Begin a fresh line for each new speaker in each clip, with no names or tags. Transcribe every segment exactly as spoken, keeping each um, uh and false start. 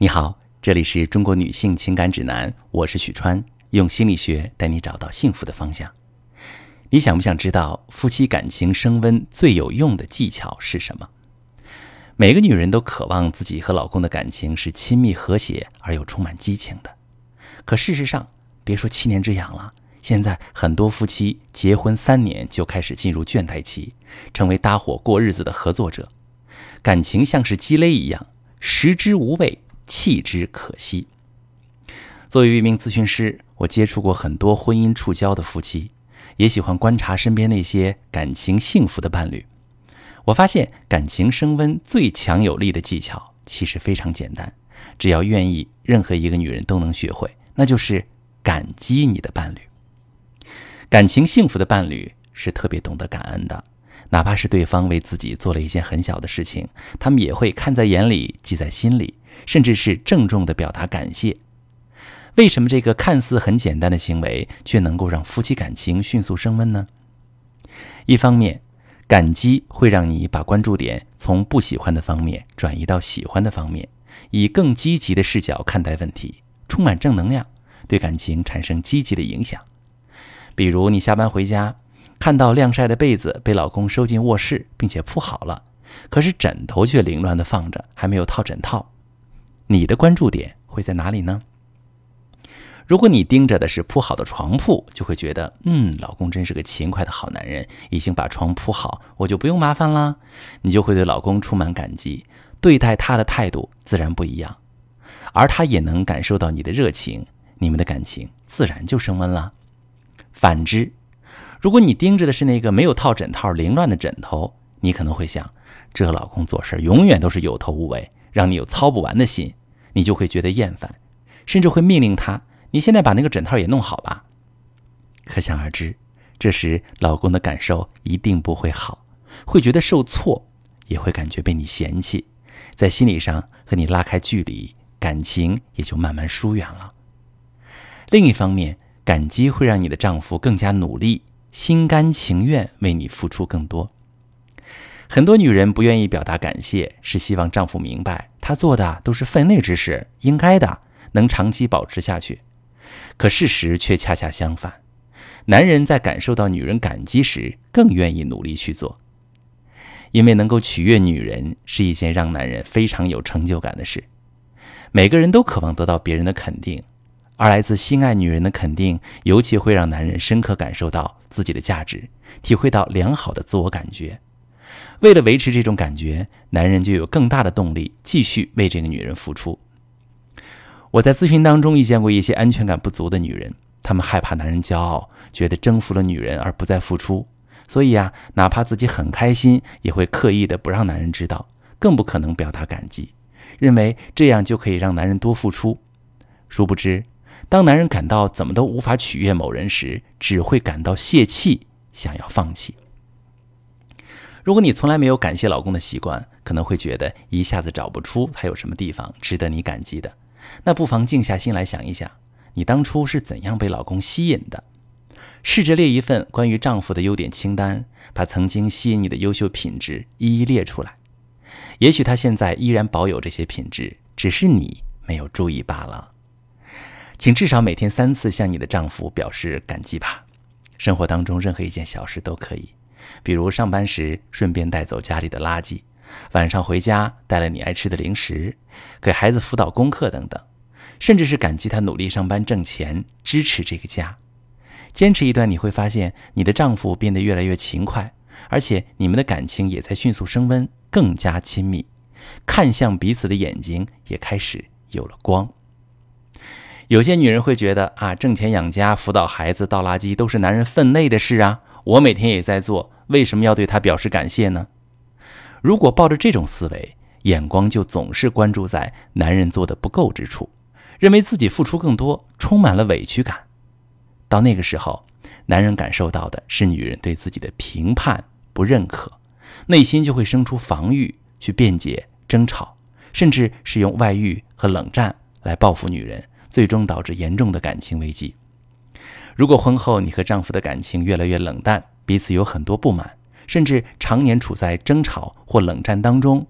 你好，这里是中国女性情感指南，我是许川，用心理学带你找到幸福的方向。你想不想知道夫妻感情升温最有用的技巧是什么？每个女人都渴望自己和老公的感情是亲密和谐而又充满激情的。可事实上，别说七年之痒了，现在很多夫妻结婚三年就开始进入倦怠期，成为搭伙过日子的合作者。感情像是鸡肋一样，食之无味，弃之可惜。作为一名咨询师，我接触过很多婚姻触礁的夫妻，也喜欢观察身边那些感情幸福的伴侣。我发现感情升温最强有力的技巧其实非常简单，只要愿意，任何一个女人都能学会，那就是感激你的伴侣。感情幸福的伴侣是特别懂得感恩的，哪怕是对方为自己做了一件很小的事情，他们也会看在眼里，记在心里，甚至是郑重地表达感谢。为什么这个看似很简单的行为却能够让夫妻感情迅速升温呢？一方面，感激会让你把关注点从不喜欢的方面转移到喜欢的方面，以更积极的视角看待问题，充满正能量，对感情产生积极的影响。比如你下班回家，看到晾晒的被子被老公收进卧室并且铺好了，可是枕头却凌乱地放着，还没有套枕套，你的关注点会在哪里呢？如果你盯着的是铺好的床铺，就会觉得嗯，老公真是个勤快的好男人，已经把床铺好，我就不用麻烦了。你就会对老公充满感激，对待他的态度自然不一样，而他也能感受到你的热情，你们的感情自然就升温了。反之，如果你盯着的是那个没有套枕套凌乱的枕头，你可能会想，这个老公做事永远都是有头无尾，让你有操不完的心，你就会觉得厌烦，甚至会命令他，你现在把那个枕套也弄好吧。可想而知，这时老公的感受一定不会好，会觉得受挫，也会感觉被你嫌弃，在心理上和你拉开距离，感情也就慢慢疏远了。另一方面，感激会让你的丈夫更加努力，心甘情愿为你付出更多。很多女人不愿意表达感谢，是希望丈夫明白她做的都是分内之事，应该的，能长期保持下去。可事实却恰恰相反，男人在感受到女人感激时更愿意努力去做。因为能够取悦女人是一件让男人非常有成就感的事。每个人都渴望得到别人的肯定，而来自心爱女人的肯定尤其会让男人深刻感受到自己的价值，体会到良好的自我感觉。为了维持这种感觉，男人就有更大的动力继续为这个女人付出。我在咨询当中遇见过一些安全感不足的女人，她们害怕男人骄傲，觉得征服了女人而不再付出，所以啊，哪怕自己很开心，也会刻意的不让男人知道，更不可能表达感激，认为这样就可以让男人多付出。殊不知，当男人感到怎么都无法取悦某人时，只会感到泄气，想要放弃。如果你从来没有感谢老公的习惯，可能会觉得一下子找不出他有什么地方值得你感激的。那不妨静下心来想一想，你当初是怎样被老公吸引的？试着列一份关于丈夫的优点清单，把曾经吸引你的优秀品质一一列出来。也许他现在依然保有这些品质，只是你没有注意罢了。请至少每天三次向你的丈夫表示感激吧。生活当中任何一件小事都可以，比如上班时顺便带走家里的垃圾，晚上回家带了你爱吃的零食，给孩子辅导功课等等，甚至是感激他努力上班挣钱，支持这个家。坚持一段，你会发现你的丈夫变得越来越勤快，而且你们的感情也在迅速升温，更加亲密，看向彼此的眼睛也开始有了光。有些女人会觉得啊，挣钱养家、辅导孩子、倒垃圾都是男人分内的事啊，我每天也在做，为什么要对他表示感谢呢？如果抱着这种思维，眼光就总是关注在男人做的不够之处，认为自己付出更多，充满了委屈感。到那个时候，男人感受到的是女人对自己的评判、不认可，内心就会生出防御，去辩解、争吵，甚至是用外遇和冷战来报复女人，最终导致严重的感情危机。如果婚后你和丈夫的感情越来越冷淡，彼此有很多不满，甚至常年处在争吵或冷战当中，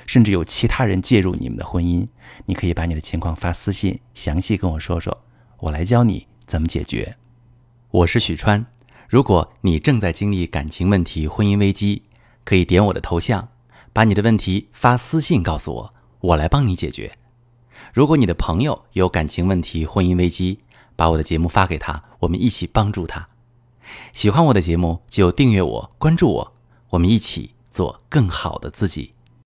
甚至有其他人介入你们的婚姻，你可以把你的情况发私信，详细跟我说说，我来教你怎么解决。我是许川，如果你正在经历感情问题、婚姻危机，可以点我的头像，把你的问题发私信告诉我，我来帮你解决。如果你的朋友有感情问题、婚姻危机，把我的节目发给他，我们一起帮助他。喜欢我的节目就订阅我、关注我，我们一起做更好的自己。